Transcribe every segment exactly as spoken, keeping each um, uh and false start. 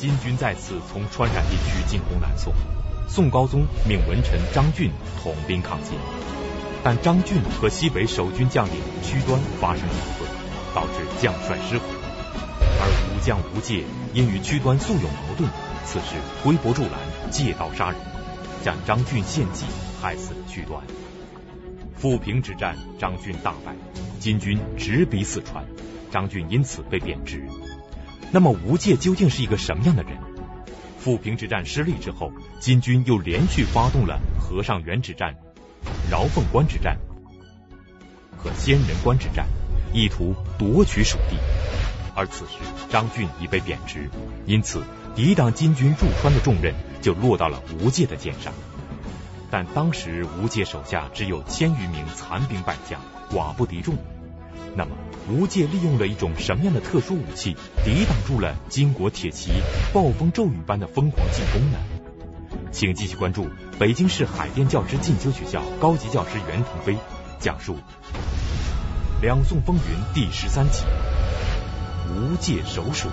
金军再次从川陕地区进攻南宋，宋高宗命文臣张俊统兵抗金，但张俊和西北守军将领屈端发生矛盾，导致将帅失火。而武将吴玠因与屈端素有矛盾，此时推波助澜，借刀杀人，将张俊献计，害死了屈端。富平之战，张俊大败，金军直逼四川，张俊因此被贬职。那么吴玠究竟是一个什么样的人？富平之战失利之后，金军又连续发动了和尚原之战、饶凤关之战和仙人关之战，意图夺取蜀地。而此时张俊已被贬职，因此抵挡金军入川的重任就落到了吴玠的肩上。但当时吴玠手下只有千余名残兵败将，寡不敌众。那么吴玠利用了一种什么样的特殊武器，抵挡住了金国铁骑暴风骤雨般的疯狂进攻呢？请继续关注北京市海淀教师进修学校高级教师袁腾飞讲述两宋风云第十三集，吴玠守蜀。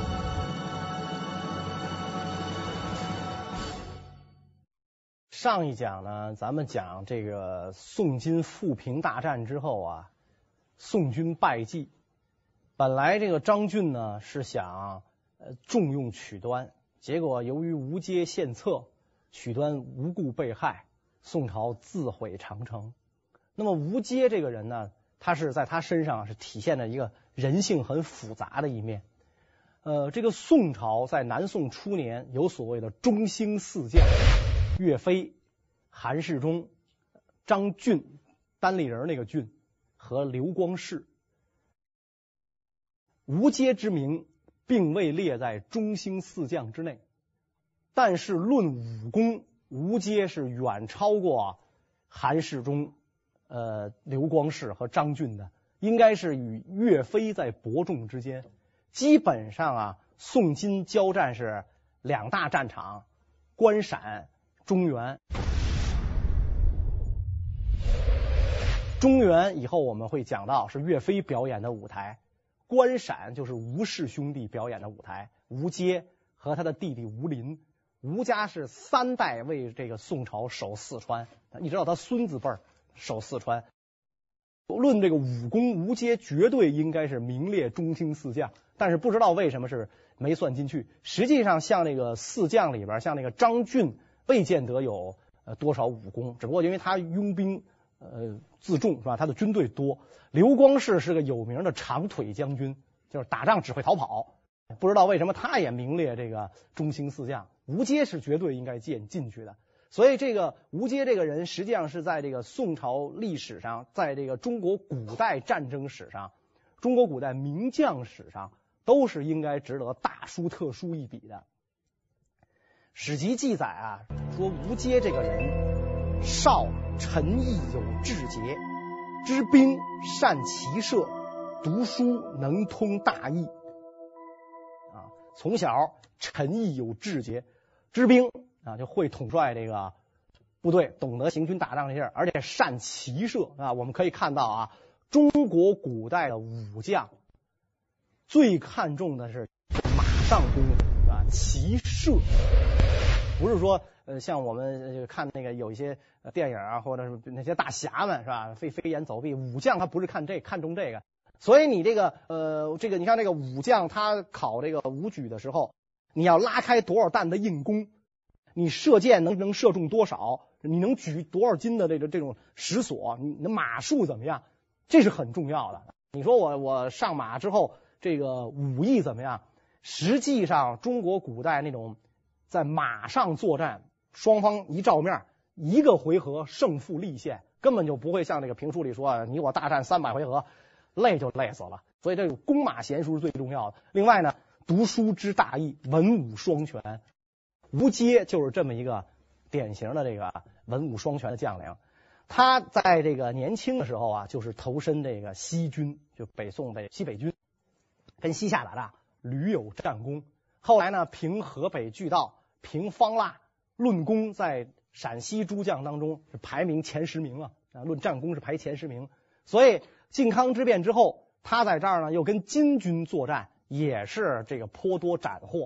上一讲呢，咱们讲这个宋金富平大战之后啊，宋军败绩。本来这个张俊呢是想呃重用曲端，结果由于吴玠献策，曲端无故被害，宋朝自毁长城。那么吴玠这个人呢，他是在他身上是体现了一个人性很复杂的一面。呃，这个宋朝在南宋初年有所谓的中兴四将，岳飞、韩世忠、张俊，单立人那个俊和刘光世。吴玠之名并未列在中兴四将之内，但是论武功，吴玠是远超过韩世忠、呃刘光世和张俊的，应该是与岳飞在伯仲之间。基本上啊，宋金交战是两大战场，关陕、中原。中原以后我们会讲到是岳飞表演的舞台，关陕就是吴氏兄弟表演的舞台，吴玠和他的弟弟吴林。吴家是三代为这个宋朝守四川，一直到他孙子辈儿守四川。论这个武功，吴玠绝对应该是名列中兴四将，但是不知道为什么是没算进去。实际上像那个四将里边，像那个张俊未见得有呃多少武功，只不过因为他拥兵呃自重是吧，他的军队多。刘光世是个有名的长腿将军，就是打仗只会逃跑，不知道为什么他也名列这个中兴四将。吴玠是绝对应该进进去的。所以这个吴玠这个人实际上是在这个宋朝历史上，在这个中国古代战争史上，中国古代名将史上都是应该值得大书特书一笔的。史籍记载啊，说吴玠这个人少沉毅有志节，知兵善骑射，读书能通大义。啊，从小沉毅有志节，知兵啊，就会统帅这个部队，懂得行军打仗这些，而且善骑射啊。我们可以看到啊，中国古代的武将最看重的是马上功夫啊，骑射。不是说呃像我们看那个有一些电影啊，或者是那些大侠们是吧，飞飞檐走壁，武将他不是看这看重这个。所以你这个呃这个你看这个武将他考这个武举的时候，你要拉开多少弹的硬弓，你射箭能能射中多少，你能举多少斤的这个这种石锁，你的马术怎么样，这是很重要的。你说我我上马之后这个武艺怎么样？实际上中国古代那种在马上作战，双方一照面，一个回合胜负立现，根本就不会像这个评书里说你我大战三百回合，累就累死了。所以这个弓马娴熟是最重要的。另外呢，读书知大义，文武双全。吴玠就是这么一个典型的这个文武双全的将领。他在这个年轻的时候啊，就是投身这个西军，就北宋的西北军，跟西夏打仗屡有战功。后来呢，平河北巨盗，平方腊，论功在陕西诸将当中是排名前十名啊，论战功是排前十名。所以靖康之变之后，他在这儿呢又跟金军作战，也是这个颇多斩获。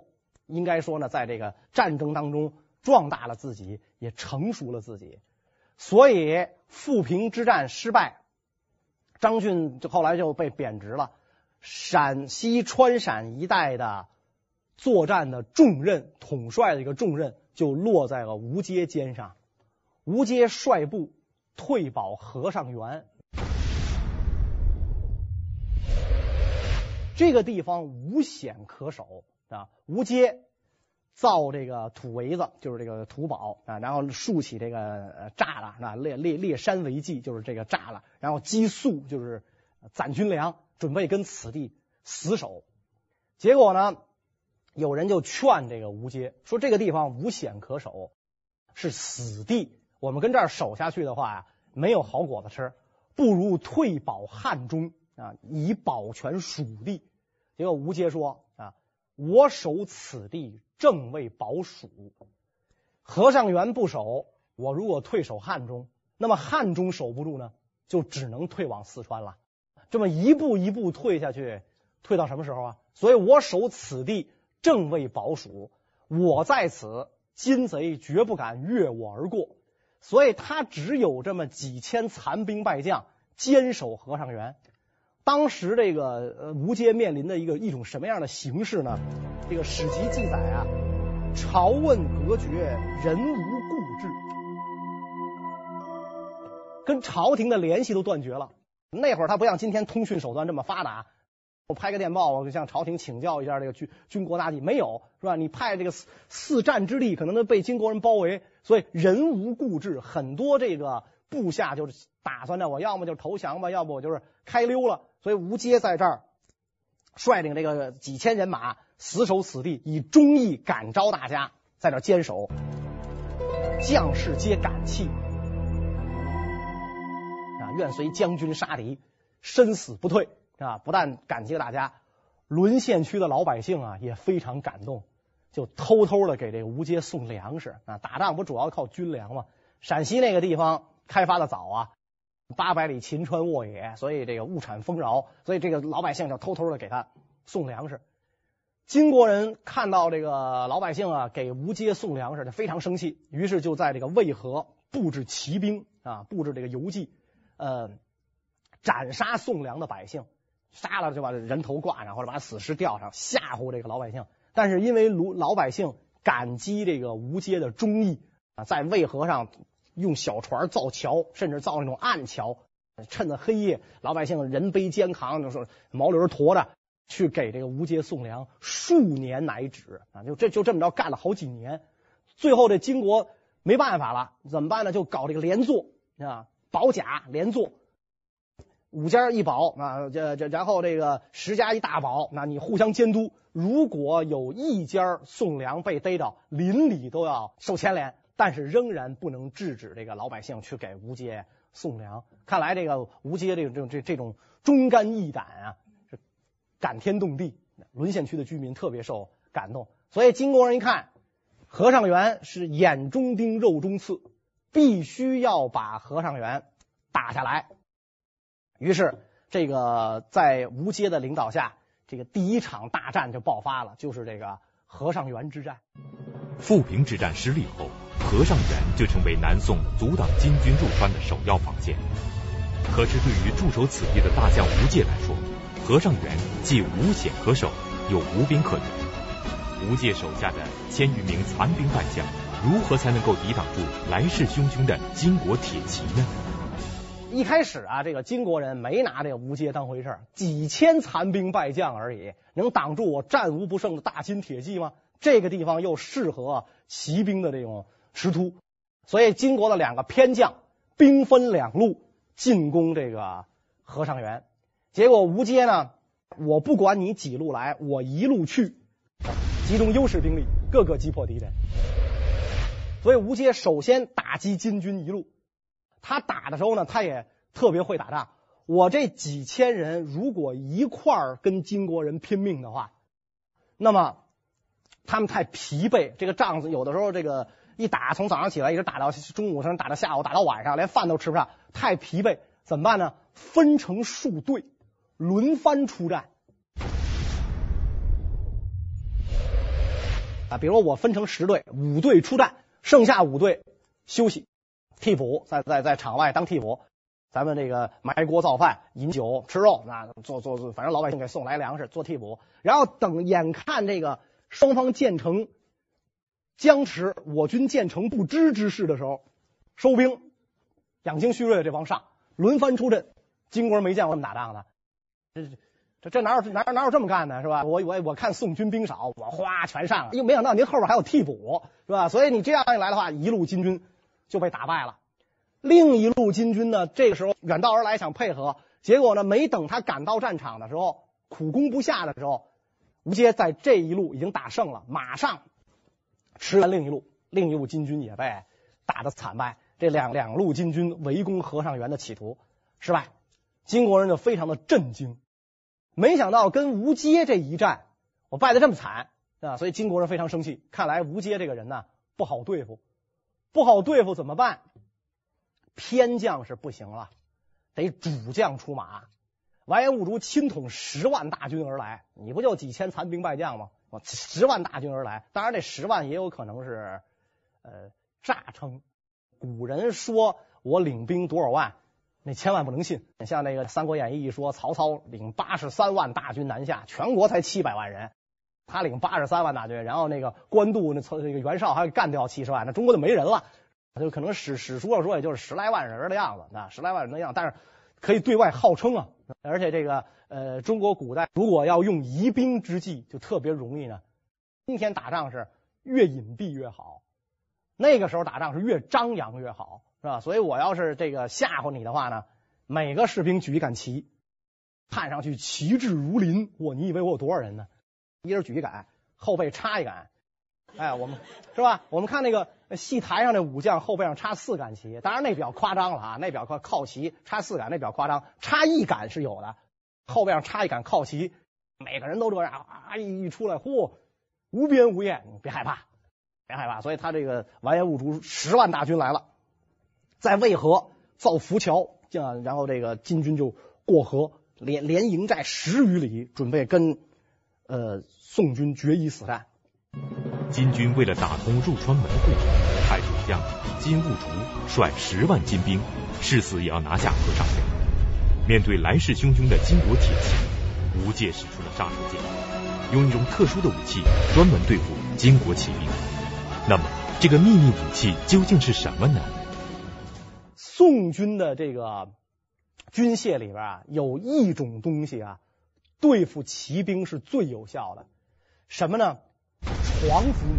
应该说呢，在这个战争当中壮大了自己，也成熟了自己。所以富平之战失败，张俊就后来就被贬值了。陕西川陕一带的作战的重任，统帅的一个重任就落在了吴阶肩上。吴阶率部退保和尚原，这个地方无险可守啊。吴阶造这个土围子，就是这个土堡啊，然后竖起这个栅栏啊，列列列山为纪，就是这个栅栏，然后积粟，就是攒军粮，准备跟此地死守。结果呢，有人就劝这个吴阶说，这个地方无险可守，是死地，我们跟这儿守下去的话呀，没有好果子吃，不如退保汉中啊，以保全蜀地。结果吴阶说啊，我守此地正为保蜀，和尚原不守，我如果退守汉中，那么汉中守不住呢，就只能退往四川了。这么一步一步退下去，退到什么时候啊？所以我守此地正为保蜀，我在此，金贼绝不敢越我而过。所以他只有这么几千残兵败将坚守和尚原。当时这个呃吴阶面临的一个一种什么样的形势呢？这个史籍记载啊，朝问隔绝，人无故志，跟朝廷的联系都断绝了。那会儿他不像今天通讯手段这么发达，我拍个电报，我就向朝廷请教一下这个军军国大计，没有，是吧？你派这个四四战之地，可能都被金国人包围，所以人无故志，很多这个部下就是打算着我要么就投降吧，要不我就是开溜了。所以吴阶在这儿率领这个几千人马死守此地，以忠义感召大家，在这坚守，将士皆感泣啊，愿随将军杀敌，身死不退啊！不但感激大家，沦陷区的老百姓啊也非常感动，就偷偷的给这个吴阶送粮食啊。打仗不主要靠军粮吗？陕西那个地方开发的早啊，八百里秦川沃野，所以这个物产丰饶，所以这个老百姓就偷偷的给他送粮食。金国人看到这个老百姓啊给吴阶送粮食，就非常生气，于是就在这个渭河布置骑兵啊，布置这个游骑，呃，斩杀送粮的百姓，杀了就把人头挂上，或者把死尸吊上，吓唬这个老百姓。但是因为老百姓感激这个吴阶的忠义啊，在渭河上用小船造桥，甚至造那种暗桥，趁着黑夜，老百姓人背肩扛，就说毛驴驮着去给这个吴阶送粮，数年乃止啊！就这就这么着干了好几年，最后这金国没办法了，怎么办呢？就搞这个连坐啊，保甲连坐，五家一保啊，这这然后这个十家一大保，那你互相监督，如果有一家送粮被逮着，邻里都要受牵连。但是仍然不能制止这个老百姓去给吴阶送粮。看来这个吴阶这种这种这这种忠肝义胆啊，是感天动地，沦陷区的居民特别受感动。所以金国人一看，和尚原是眼中钉、肉中刺，必须要把和尚原打下来。于是这个在吴阶的领导下，这个第一场大战就爆发了，就是这个和尚原之战。 富平之战失利后，和尚原就成为南宋阻挡金军入川的首要防线。可是对于驻守此地的大将吴阶来说，和尚原既无险可守，又无兵可援。吴阶手下的千余名残兵败将，如何才能够抵挡住来势汹汹的金国铁骑呢？ 一开始啊，这个金国人没拿这个吴阶当回事，几千残兵败将而已，能挡住我战无不胜的大金铁骑吗？这个地方又适合骑兵的这种识突，所以金国的两个偏将兵分两路进攻这个和尚原。结果吴阶呢，我不管你几路来，我一路去，集中优势兵力，各个击破敌人。所以吴阶首先打击金军一路。他打的时候呢，他也特别会打仗。我这几千人如果一块儿跟金国人拼命的话，那么他们太疲惫，这个仗有的时候这个一打，从早上起来一直打到中午，甚至打到下午，打到晚上，连饭都吃不上，太疲惫，怎么办呢？分成数队，轮番出战。 啊，比如我分成十队，五队出战，剩下五队休息替补，在在在场外当替补。咱们这个埋锅造饭、饮酒吃肉，那做做做，反正老百姓给送来粮食做替补。然后等眼看这个双方建成僵持，我军建成不支之势的时候，收兵，养精蓄锐的这帮上，轮番出阵。金国人没见过这么打仗的，这这这哪有哪哪有这么干的，是吧？我我我看宋军兵少，我哗全上了，又没想到您后边还有替补，是吧？所以你这样一来的话，一路金军就被打败了。另一路金军呢，这个时候远道而来想配合，结果呢，没等他赶到战场的时候，苦攻不下的时候，吴阶在这一路已经打胜了，马上驰援另一路，另一路金军也被打得惨败。这两两路金军围攻和尚原的企图失败，金国人就非常的震惊，没想到跟吴阶这一战，我败得这么惨啊！所以金国人非常生气，看来吴阶这个人呢不好对付，不好对付怎么办？偏将是不行了，得主将出马。完颜兀术亲统十万大军而来，你不就几千残兵败将吗？十万大军而来，当然这十万也有可能是呃诈称。古人说我领兵多少万，那千万不能信。像那个《三国演义》一说，曹操领八十三万大军南下，全国才七百万人，他领八十三万大军，然后那个官渡那这个袁绍还干掉七十万，那中国就没人了。就可能史史书上说，也就是十来万人的样子，那十来万人的样子，但是可以对外号称啊。而且这个呃，中国古代如果要用疑兵之计，就特别容易呢。今天打仗是越隐蔽越好，那个时候打仗是越张扬越好，是吧？所以我要是这个吓唬你的话呢，每个士兵举一杆旗，看上去旗帜如林。哇，你以为我有多少人呢？一人举一杆，后背插一杆。哎，我们是吧？我们看那个戏台上的武将后背上插四杆旗，当然那比较夸张了啊，那比较靠靠旗插四杆，那比较夸张。插一杆是有的，后背上插一杆靠旗，每个人都这样啊，一出来，嚯，无边无沿，你别害怕，别害怕。所以他这个完颜兀术十万大军来了，在渭河造浮桥，然后这个金军就过河，连连营寨十余里，准备跟呃宋军决一死战。 金军为了打通入川门户，派主将金兀术率十万金兵，誓死也要拿下和尚城。面对来势汹汹的金国铁骑，吴界使出了杀手锏，用一种特殊的武器专门对付金国骑兵。那么，这个秘密武器究竟是什么呢？ 宋军的这个军械里边啊，有一种东西啊，对付骑兵是最有效的，什么呢？床子弩。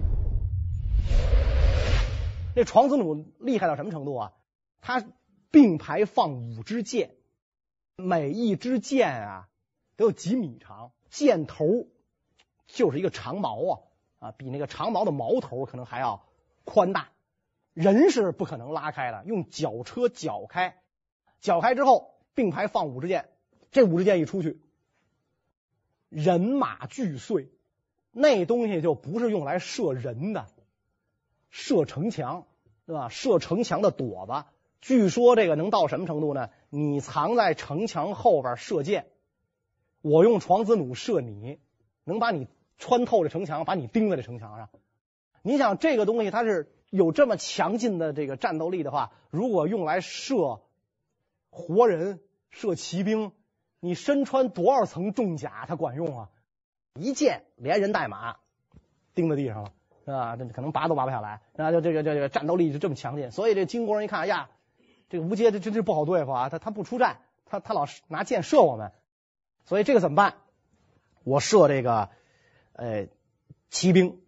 这床子弩厉害到什么程度啊？它并排放五支箭，每一支箭啊都有几米长，箭头就是一个长矛啊啊，比那个长矛的矛头可能还要宽大。人是不可能拉开的，用绞车绞开，绞开之后并排放五支箭，这五支箭一出去，人马俱碎。那东西就不是用来射人的，射城墙，对吧？射城墙的垛子，据说这个能到什么程度呢？你藏在城墙后边射箭，我用床子弩射你，能把你穿透这城墙，把你钉在这城墙上。你想这个东西它是有这么强劲的这个战斗力的话，如果用来射活人、射骑兵，你身穿多少层重甲它管用啊？一箭连人带马钉在地上了，是吧？这可能拔都拔不下来，那就这个这个战斗力就这么强劲。所以这金国人一看，哎呀，这个吴阶这真是不好对付啊！他他不出战，他他老拿箭射我们，所以这个怎么办？我射这个呃骑兵，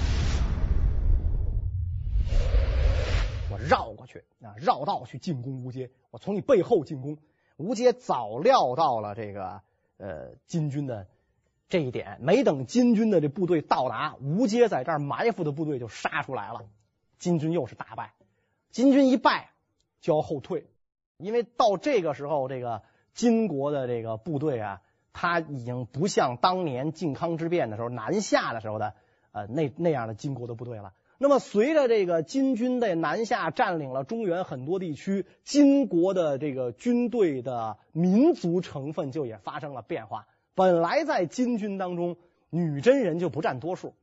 我绕过去啊，绕道去进攻吴阶，我从你背后进攻。吴阶早料到了这个呃金军的这一点，没等金军的这部队到达，吴阶在这儿埋伏的部队就杀出来了，金军又是大败。金军一败就要后退，因为到这个时候，这个金国的这个部队啊，他已经不像当年靖康之变的时候南下的时候的呃那那样的金国的部队了。那么随着这个金军的南下，占领了中原很多地区，金国的这个军队的民族成分就也发生了变化。本来在金军当中，女真人就不占多数，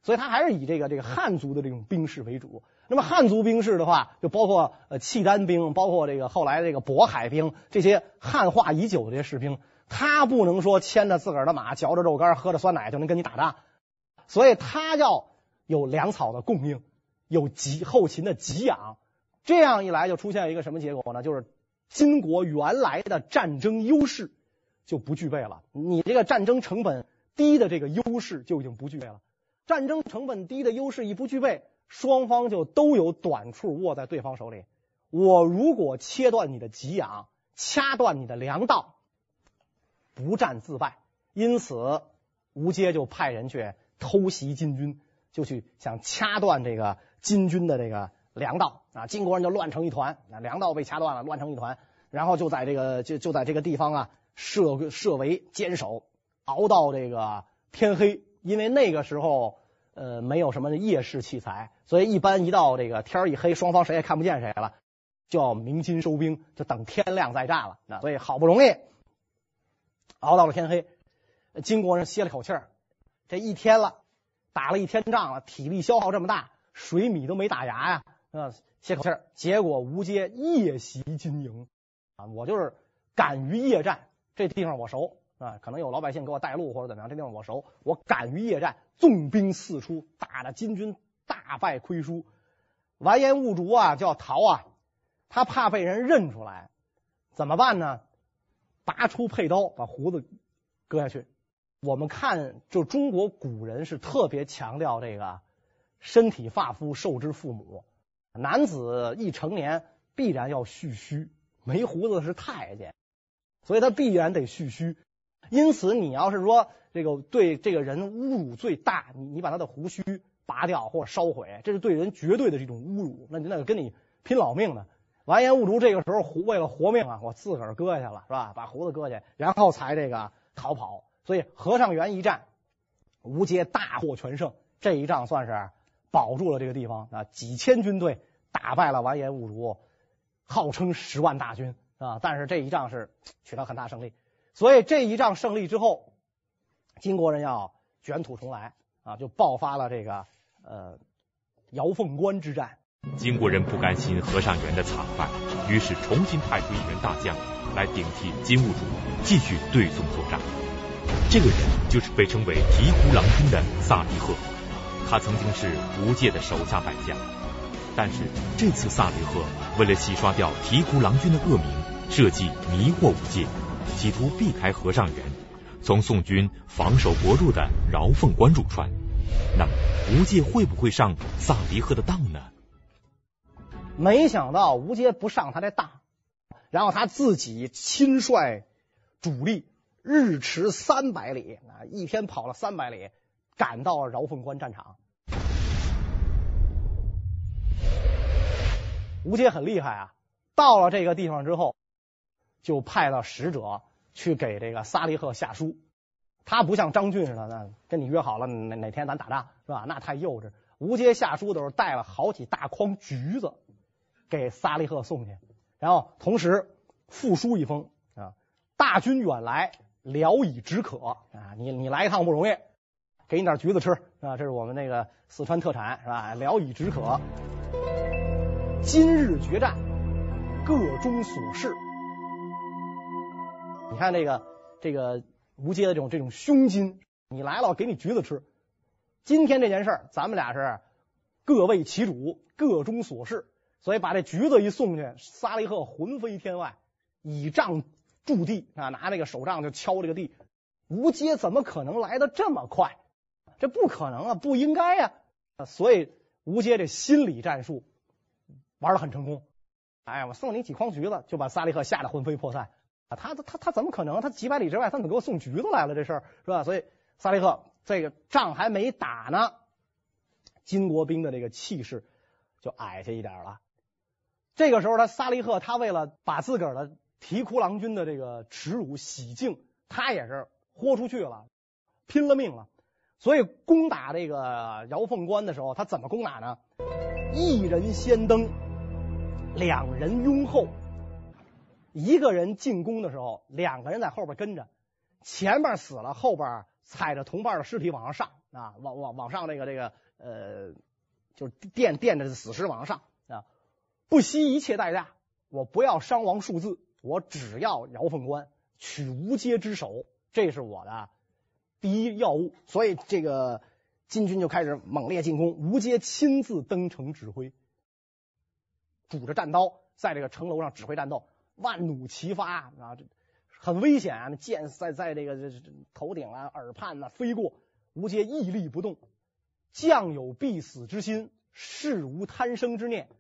所以他还是以这个这个汉族的这种兵士为主。那么汉族兵士的话，就包括呃契丹兵，包括这个后来这个渤海兵，这些汉化已久的这些士兵，他不能说牵着自个儿的马，嚼着肉干，喝着酸奶就能跟你打仗，所以他要有粮草的供应，有给后勤的给养。这样一来，就出现一个什么结果呢？就是金国原来的战争优势就不具备了，你这个战争成本低的这个优势就已经不具备了。战争成本低的优势一不具备，双方就都有短处握在对方手里。我如果切断你的给养，掐断你的粮道，不战自败。因此吴阶就派人去偷袭金军，就去想掐断这个金军的这个粮道啊。金国人就乱成一团，粮道被掐断了，乱成一团，然后就在这个就就在这个地方啊设设围坚守，熬到这个天黑。因为那个时候呃没有什么夜视器材，所以一般一到这个天一黑，双方谁也看不见谁了，就要鸣金收兵，就等天亮再战了。所以好不容易熬到了天黑，金国人歇了口气儿，这一天了，打了一天仗了，体力消耗这么大，水米都没打牙呀，啊，歇口气儿。结果吴阶夜袭金营啊，我就是敢于夜战，这地方我熟啊，可能有老百姓给我带路或者怎么样，这地方我熟，我敢于夜战，纵兵四出，打的金军大败亏输。完颜兀竹啊就要逃啊，他怕被人认出来，怎么办呢？拔出佩刀，把胡子割下去。我们看，就中国古人是特别强调这个身体发肤受之父母，男子一成年必然要蓄须，没胡子是太监，所以他必然得蓄须。因此你要是说这个对这个人侮辱最大，你你把他的胡须拔掉或者烧毁，这是对人绝对的这种侮辱，那那就跟你拼老命的。完颜兀竹这个时候为了活命啊，我自个儿割下了，是吧？把胡子割下，然后才这个逃跑。所以和尚原一战，吴阶大获全胜，这一仗算是保住了这个地方啊，几千军队打败了完颜兀竹，号称十万大军啊，但是这一仗是取得很大胜利。所以这一仗胜利之后，金国人要卷土重来啊，就爆发了这个呃姚凤关之战。 金国人不甘心和尚原的惨败，于是重新派出一员大将来顶替金兀术，继续对宋作战。这个人就是被称为提督郎君的萨利赫，他曾经是吴阶的手下败将，但是这次萨利赫为了洗刷掉提督郎君的恶名，设计迷惑吴阶，企图避开和尚原，从宋军防守薄弱的饶凤关入川。那么吴阶会不会上萨利赫的当呢？ 没想到吴阶不上他这当，然后他自己亲率主力日驰三百里啊，一天跑了三百里，赶到了饶凤关战场。吴阶很厉害啊，到了这个地方之后，就派了使者去给这个萨利赫下书。他不像张俊似的，那跟你约好了哪哪天咱打仗是吧？那太幼稚。吴阶下书的时候带了好几大筐橘子给萨利赫送去，然后同时附书一封啊，大军远来，聊以止渴啊，你你来一趟不容易，给你点橘子吃啊，这是我们那个四川特产是吧？聊以止渴。今日决战，各中所事。你看这个这个吴阶的这种这种胸襟，你来了给你橘子吃。今天这件事儿，咱们俩是各为其主，各中所事。所以把这橘子一送去，萨利赫魂飞天外，倚杖筑地啊，拿这个手杖就敲这个地。吴阶怎么可能来得这么快？这不可能啊，不应该呀、啊！所以吴阶这心理战术玩得很成功。哎，我送你几筐橘子，就把萨利赫吓得魂飞魄散啊！他他他怎么可能？他几百里之外，他怎么给我送橘子来了？这事儿是吧？所以萨利赫这个仗还没打呢，金国兵的这个气势就矮下一点了。这个时候，他萨利赫他为了把自个儿的提督郎君的这个耻辱洗净，他也是豁出去了，拼了命了。所以攻打这个饶凤关的时候，他怎么攻打呢？一人先登，两人拥后。一个人进攻的时候，两个人在后边跟着，前面死了，后边踩着同伴的尸体往上上啊，往往往上这个这个呃，就是垫垫着死尸往上啊，不惜一切代价，我不要伤亡数字，我只要姚凤观取吴阶之首，这是我的第一要务。所以这个金军就开始猛烈进攻，吴阶亲自登城指挥，拄着战刀在这个城楼上指挥战斗，万弩齐发啊，这很危险啊！箭在在这个这这头顶啊、耳畔啊飞过，吴阶屹立不动。将有必死之心，事无贪生之念。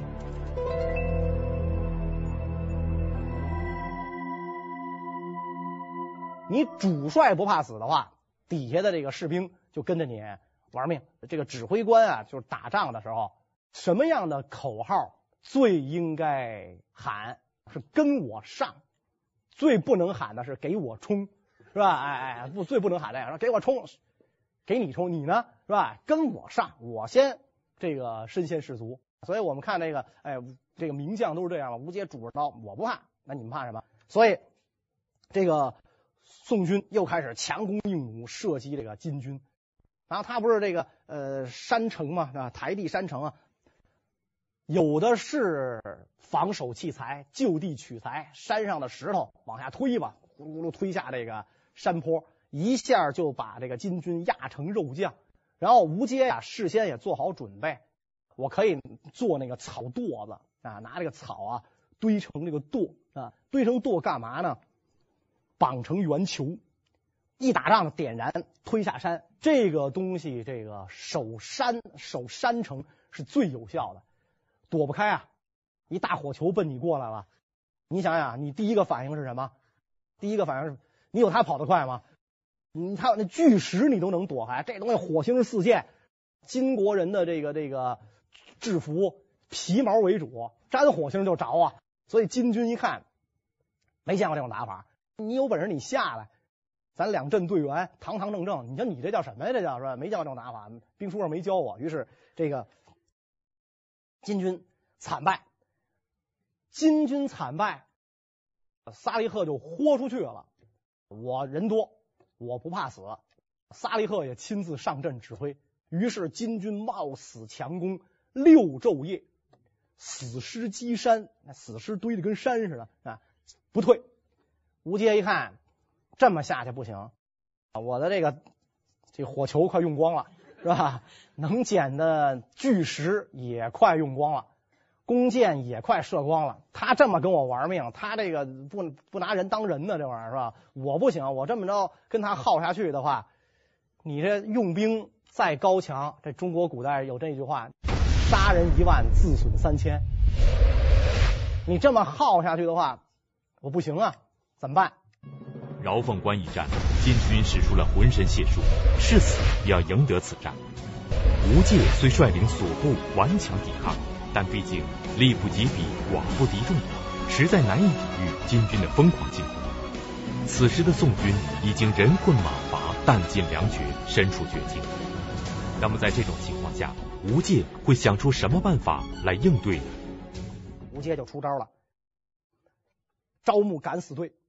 你主帅不怕死的话，底下的这个士兵就跟着你玩命。这个指挥官啊，就是打仗的时候，什么样的口号最应该喊？是跟我上。最不能喊的是给我冲，是吧？哎哎，不，最不能喊这个，给我冲，给你冲，你呢，是吧？跟我上，我先这个身先士卒。所以我们看这个，哎，这个名将都是这样了。吴阶拄着刀，我不怕，那你们怕什么？所以这个宋军又开始强弓硬弩射击这个金军。然后他不是这个呃山城嘛，啊，台地山城啊，有的是防守器材，就地取材，山上的石头往下推吧，咕噜咕噜推下这个山坡，一下就把这个金军压成肉酱。然后吴阶呀，事先也做好准备，我可以做那个草垛子啊，拿这个草啊堆成这个垛啊，堆成垛干嘛呢？绑成圆球，一打仗点燃推下山。这个东西，这个守山守山城是最有效的，躲不开啊！一大火球奔你过来了，你想想，你第一个反应是什么？第一个反应是你有他跑得快吗？你看那巨石你都能躲开，这东西火星四溅，金国人的这个这个制服皮毛为主，沾火星就着啊！所以金军一看没见过这种打法，你有本事你下来，咱两阵队员堂堂正正，你说你这叫什么呀？这叫是吧？没见过这种打法，兵书上没教我。于是这个金军惨败，金军惨败，萨利赫就豁出去了。我人多，我不怕死。萨利赫也亲自上阵指挥。于是金军冒死强攻，六昼夜，死尸积山，那死尸堆得跟山似的啊，不退。吴阶一看，这么下去不行，我的这个这火球快用光了，是吧？能捡的巨石也快用光了，弓箭也快射光了。他这么跟我玩命，他这个不不拿人当人呢，这玩意儿是吧？我不行，我这么着跟他耗下去的话，你这用兵再高强，这中国古代有这句话，杀人一万，自损三千。你这么耗下去的话，我不行啊，怎么办？ 饶凤关一战，金军使出了浑身解数，誓死也要赢得此战。吴界虽率领所部顽强抵抗，但毕竟力不及彼，寡不敌众，实在难以抵御金军的疯狂进攻。此时的宋军已经人困马乏，弹尽粮绝，身处绝境。那么在这种情况下，吴界会想出什么办法来应对呢？ 吴阶就出招了，招募敢死队，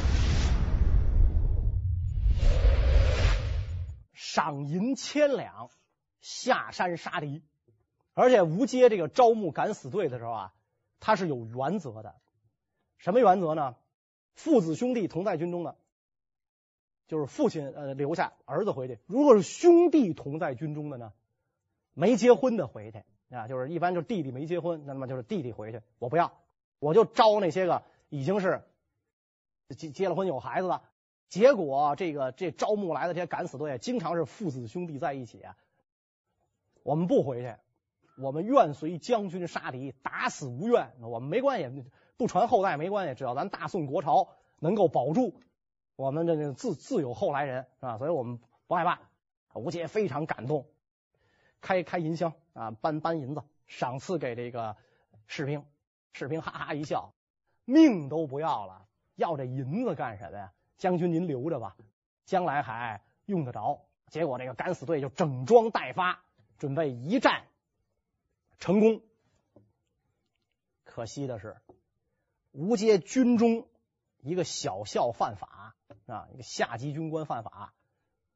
赏银千两，下山杀敌。而且吴阶这个招募敢死队的时候啊，他是有原则的。什么原则呢？父子兄弟同在军中的，就是父亲呃留下，儿子回去。如果是兄弟同在军中的呢，没结婚的回去啊，就是一般就是弟弟没结婚，那么就是弟弟回去。我不要，我就招那些个已经是结结了婚有孩子的。结果这个这招募来的这些敢死队，经常是父子兄弟在一起。我们不回去，我们愿随将军杀敌，打死无怨。我们没关系，不传后代没关系，只要咱大宋国朝能够保住，我们这自自有后来人，是吧？所以我们不害怕。吴阶非常感动，开开银箱啊，搬搬银子，赏赐给这个士兵。士兵哈哈一笑，命都不要了，要这银子干什么呀？将军您留着吧，将来还用得着。结果这个敢死队就整装待发，准备一战成功。可惜的是，吴阶军中一个小校犯法啊，一个下级军官犯法，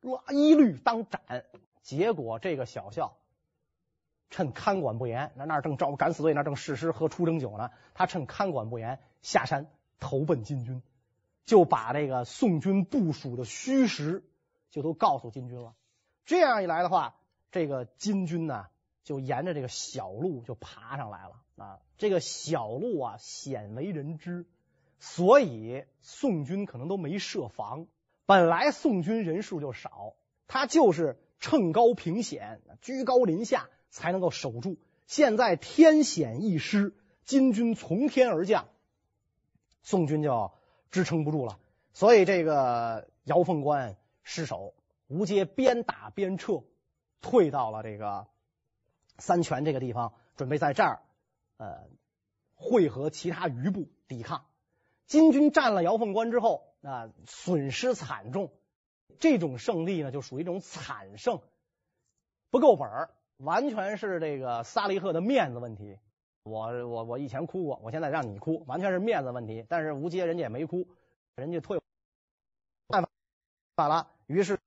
一律当斩。结果这个小校趁看管不严，那那正照敢死队那正誓师喝出征酒呢，他趁看管不严下山投奔金军，就把这个宋军部署的虚实就都告诉金军了。这样一来的话，这个金军呢就沿着这个小路就爬上来了啊。这个小路啊鲜为人知，所以宋军可能都没设防。本来宋军人数就少，他就是乘高凭险，居高临下才能够守住。现在天险一失，金军从天而降，宋军就支撑不住了。所以这个姚凤关失守，吴阶边打边撤，退到了这个三泉这个地方，准备在这儿呃会合其他余部抵抗。金军占了姚凤关之后啊、呃，损失惨重。这种胜利呢，就属于一种惨胜，不够本儿，完全是这个萨利赫的面子问题。我我我以前哭过，我现在让你哭，完全是面子问题。但是吴阶人家也没哭，人家退办法了，于是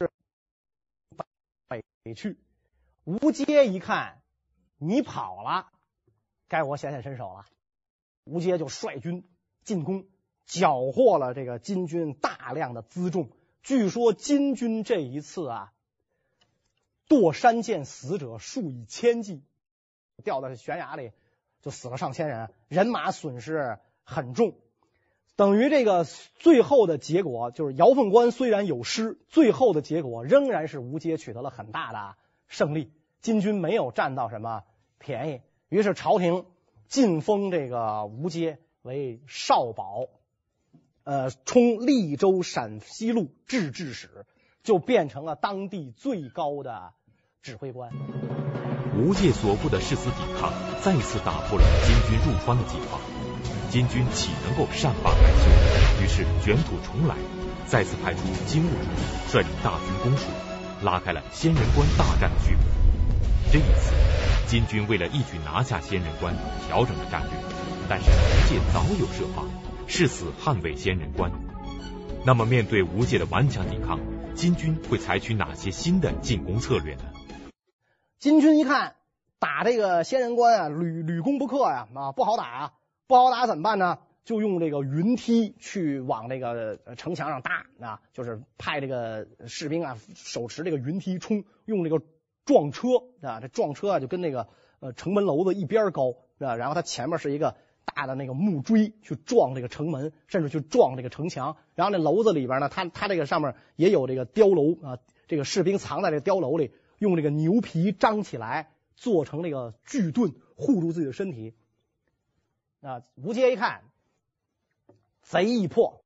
北去。吴阶一看你跑了，该我显显身手了。吴阶就率军进攻，缴获了这个金军大量的辎重。据说金军这一次啊，堕山涧死者数以千计，掉到悬崖里就死了上千人，人马损失很重。等于这个最后的结果就是姚凤关虽然有失，最后的结果仍然是吴阶取得了很大的胜利，金军没有占到什么便宜。于是朝廷晋封这个吴阶为少保，呃，充利州陕西路制置使，就变成了当地最高的指挥官。 吴阶所部的誓死抵抗，再次打破了金军入川的计划。金军岂能够善罢甘休？于是卷土重来，再次派出金兀术率领大军攻蜀，拉开了仙人关大战的序幕。这一次，金军为了一举拿下仙人关，调整了战略，但是吴阶早有设法，誓死捍卫仙人关。那么面对吴阶的顽强抵抗，金军会采取哪些新的进攻策略呢？ 金军一看打这个仙人关啊，屡屡攻不克呀，啊，不好打啊，不好打怎么办呢？就用这个云梯去往这个城墙上搭啊，就是派这个士兵啊手持这个云梯冲，用这个撞车啊，这撞车啊就跟那个呃城门楼子一边高啊，然后它前面是一个大的那个木锥去撞这个城门，甚至去撞这个城墙。然后那楼子里边呢，它它这个上面也有这个碉楼啊，这个士兵藏在这个碉楼里，用这个牛皮张起来，做成这个巨盾护住自己的身体。啊，吴阶一看贼易破，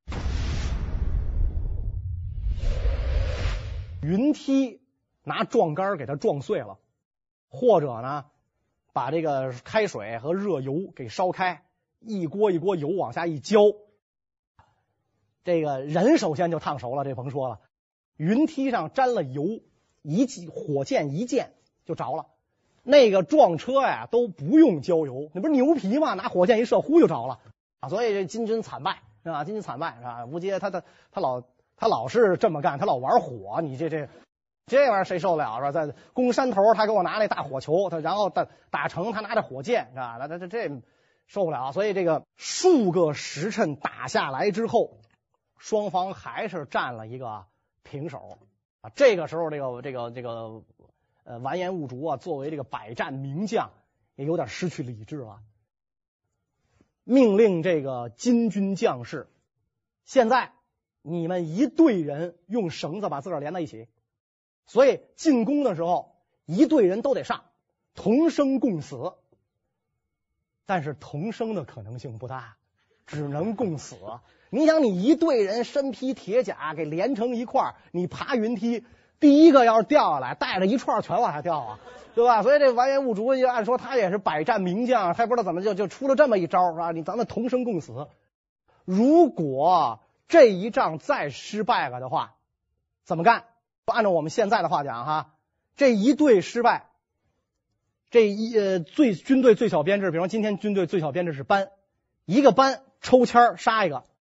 云梯拿撞杆给它撞碎了，或者呢把这个开水和热油给烧开，一锅一锅油往下一浇，这个人首先就烫熟了，这甭说了。云梯上沾了油，一火箭一箭就着了。那个撞车呀都不用浇油，那不是牛皮吗？拿火箭一射，呼就着了啊！所以这金军惨败是吧？金军惨败是吧？吴阶他他他老他老是这么干，他老玩火，你这这这玩意儿谁受得了是吧？在攻山头，他给我拿那大火球，他然后打打城，他拿着火箭是吧？那这这这受不了，所以这个数个时辰打下来之后，双方还是占了一个平手啊。这个时候，这个这个这个。呃，完颜兀竹啊，作为这个百战名将，也有点失去理智了。命令这个金军将士，现在你们一队人用绳子把自个儿连在一起，所以进攻的时候，一队人都得上，同生共死。但是同生的可能性不大，只能共死。你想，你一队人身披铁甲，给连成一块，你爬云梯。第一个要是掉下来，带着一串全往下掉啊，对吧？所以这完颜兀竹就按说他也是百战名将，他也不知道怎么就就出了这么一招是吧？你咱们同生共死。如果这一仗再失败了的话，怎么干？按照我们现在的话讲哈，这一队失败，这一呃最军队最小编制，比方今天军队最小编制是班，一个班抽签杀一个，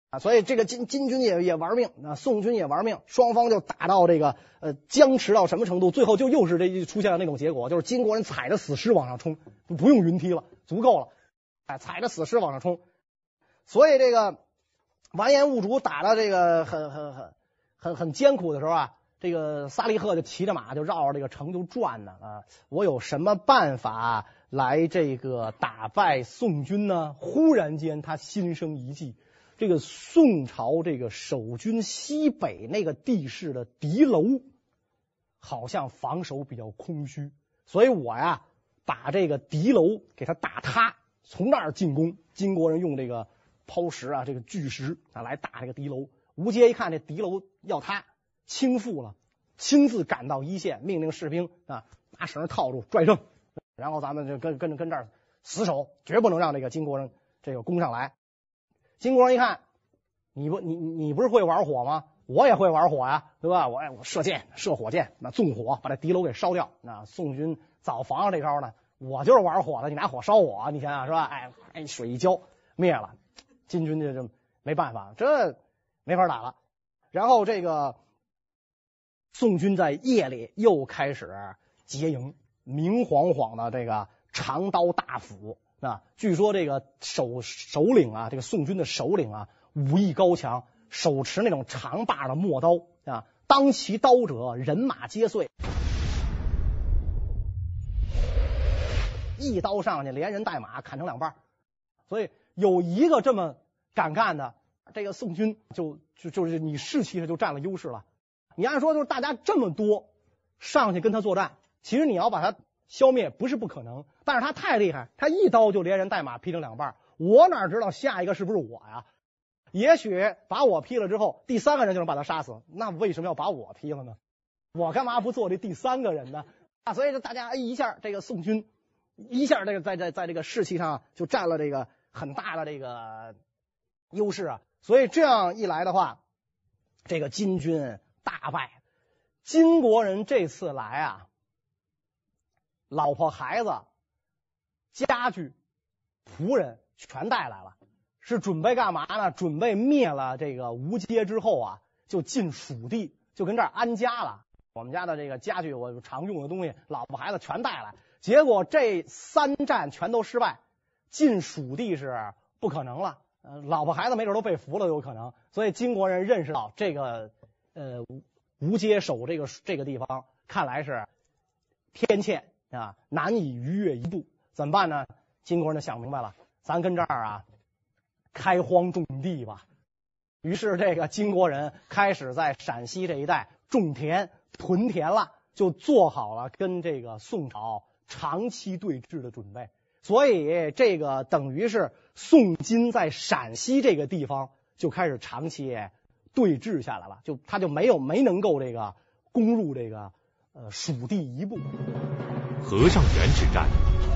啊，所以这个金金军也也玩命啊，宋军也玩命，双方就打到这个呃僵持到什么程度？最后就又是这出现了那种结果，就是金国人踩着死尸往上冲，不用云梯了，足够了，哎，踩着死尸往上冲。所以这个完颜兀术打到这个很很很很很艰苦的时候啊，这个萨利赫就骑着马就绕着这个城就转呢啊，我有什么办法来这个打败宋军呢？忽然间他心生一计。这个宋朝这个守军西北那个地势的敌楼，好像防守比较空虚，所以我呀把这个敌楼给它打塌，从那儿进攻。金国人用这个抛石啊，这个巨石啊来打这个敌楼。吴阶一看这敌楼要塌，倾覆了，亲自赶到一线，命令士兵啊拿绳套住，拽正，然后咱们就跟跟跟这儿死守，绝不能让这个金国人这个攻上来。金国人一看，你不你你不是会玩火吗？我也会玩火呀，对吧？我我射箭射火箭，那纵火把这敌楼给烧掉。那宋军早防着这招呢，我就是玩火的，你拿火烧我，你想想是吧？哎哎，水一浇灭了，金军这就没办法，这没法打了。然后这个宋军在夜里又开始结营，明晃晃的这个长刀大斧。啊，据说这个首首领啊，这个宋军的首领啊，武艺高强，手持那种长把的陌刀啊，当其刀者，人马皆碎，一刀上去，连人带马砍成两半。所以有一个这么敢干的，这个宋军就就就是你士气上就占了优势了。你按说就是大家这么多上去跟他作战，其实你要把他消灭不是不可能，但是他太厉害，他一刀就连人带马劈成两半，我哪知道下一个是不是我呀？也许把我劈了之后，第三个人就能把他杀死，那为什么要把我劈了呢？我干嘛不做这第三个人呢？啊，所以这大家一下这个宋军一下这个在在在这个士气上就占了这个很大的这个优势啊，所以这样一来的话，这个金军大败。金国人这次来啊，老婆孩子家具仆人全带来了，是准备干嘛呢？准备灭了这个吴阶之后啊，就进蜀地，就跟这儿安家了。我们家的这个家具，我常用的东西，老婆孩子全带来。结果这三战全都失败，进蜀地是不可能了。呃，老婆孩子没准都被俘了，有可能。所以金国人认识到这个呃吴阶守这个这个地方，看来是天堑啊，难以逾越一步。怎么办呢？金国人就想明白了，咱跟这儿啊开荒种地吧。于是这个金国人开始在陕西这一带种田屯田了，就做好了跟这个宋朝长期对峙的准备。所以这个等于是宋金在陕西这个地方就开始长期对峙下来了，就他就没有没能够这个攻入这个呃蜀地一步。 和尚原之战、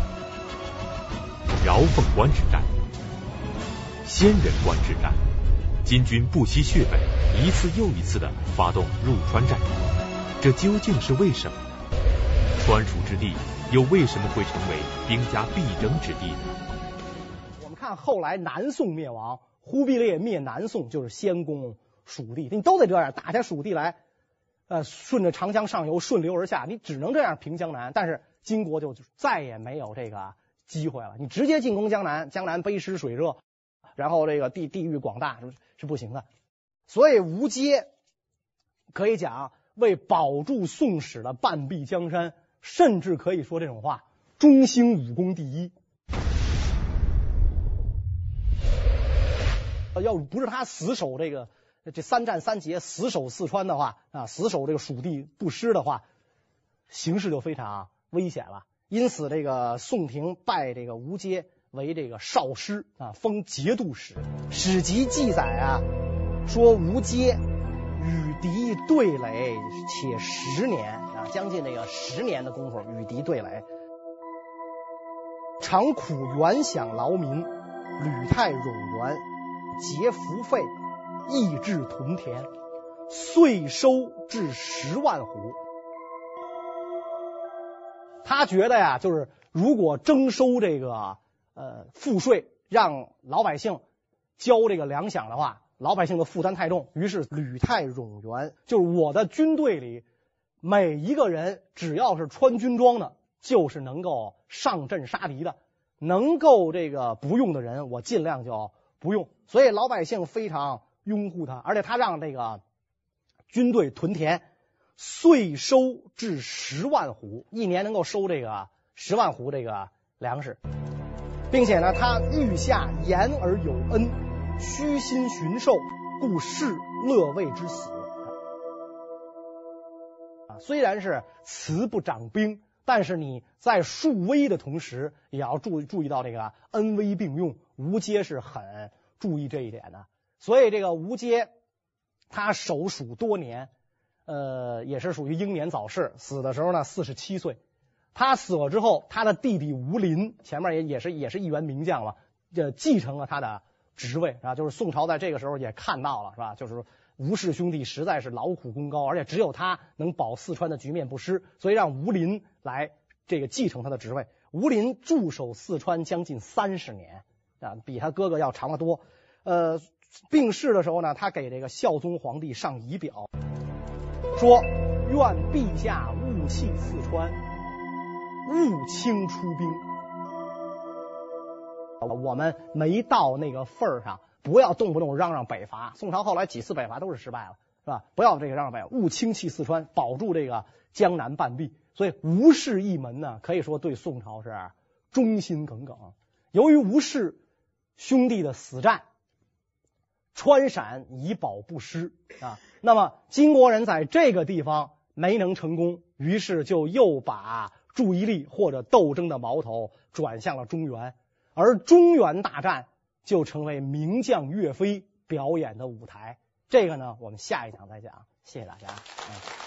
饶凤关之战、仙人关之战，金军不惜血本，一次又一次的发动入川战役，这究竟是为什么？川蜀之地又为什么会成为兵家必争之地呢？ 我们看后来南宋灭亡，忽必烈灭南宋就是先攻蜀地，你都得这样打下蜀地来，呃，顺着长江上游顺流而下，你只能这样平江南。但是金国就再也没有这个机会了，你直接进攻江南，江南卑湿水热，然后这个地地域广大是是不行的。所以吴阶可以讲为保住宋史的半壁江山，甚至可以说这种话，中兴武功第一。要不是他死守这个这三战三捷，死守四川的话啊，死守这个蜀地不失的话，形势就非常危险了。因此这个宋廷拜这个吴阶为这个少师啊，封节度使。史籍记载啊，说吴阶与敌对垒且十年啊，将近这个十年的功夫与敌对垒，常苦原饷劳民，屡汰冗员，节服费，抑制屯田，岁收至十万斛。他觉得呀，就是如果征收这个呃赋税，让老百姓交这个粮饷的话， 老百姓的负担太重，于是吕太冗员，就是我的军队里每一个人只要是穿军装的，就是能够上阵杀敌的，能够这个不用的人，我尽量就不用。所以老百姓非常拥护他，而且他让这个军队屯田，岁收至十万斛，一年能够收这个十万斛这个粮食，并且呢，他御下言而有恩，虚心寻受，故士乐为之喜。啊，虽然是慈不掌兵，但是你在树威的同时，也要注意注意到这个恩威并用。吴阶是很注意这一点的，所以这个吴阶他守蜀多年，呃，也是属于英年早逝，死的时候呢四十七岁。他死了之后，他的弟弟吴林前面也也是也是一员名将了，这继承了他的职位啊，就是宋朝在这个时候也看到了，是吧？就是吴氏兄弟实在是劳苦功高，而且只有他能保四川的局面不失，所以让吴林来这个继承他的职位。吴林驻守四川将近三十年啊，比他哥哥要长得多。呃，病逝的时候呢，他给这个孝宗皇帝上仪表，说愿陛下勿弃四川，勿轻出兵。我们没到那个份儿上，不要动不动嚷嚷北伐。宋朝后来几次北伐都是失败了，是吧？不要这个嚷嚷北伐，勿轻弃四川，保住这个江南半壁。所以吴氏一门呢，可以说对宋朝是忠心耿耿。由于吴氏兄弟的死战，川陕以保不失啊。那么金国人在这个地方没能成功，于是就又把注意力或者斗争的矛头转向了中原，而中原大战就成为名将岳飞表演的舞台。这个呢，我们下一讲再讲。谢谢大家。嗯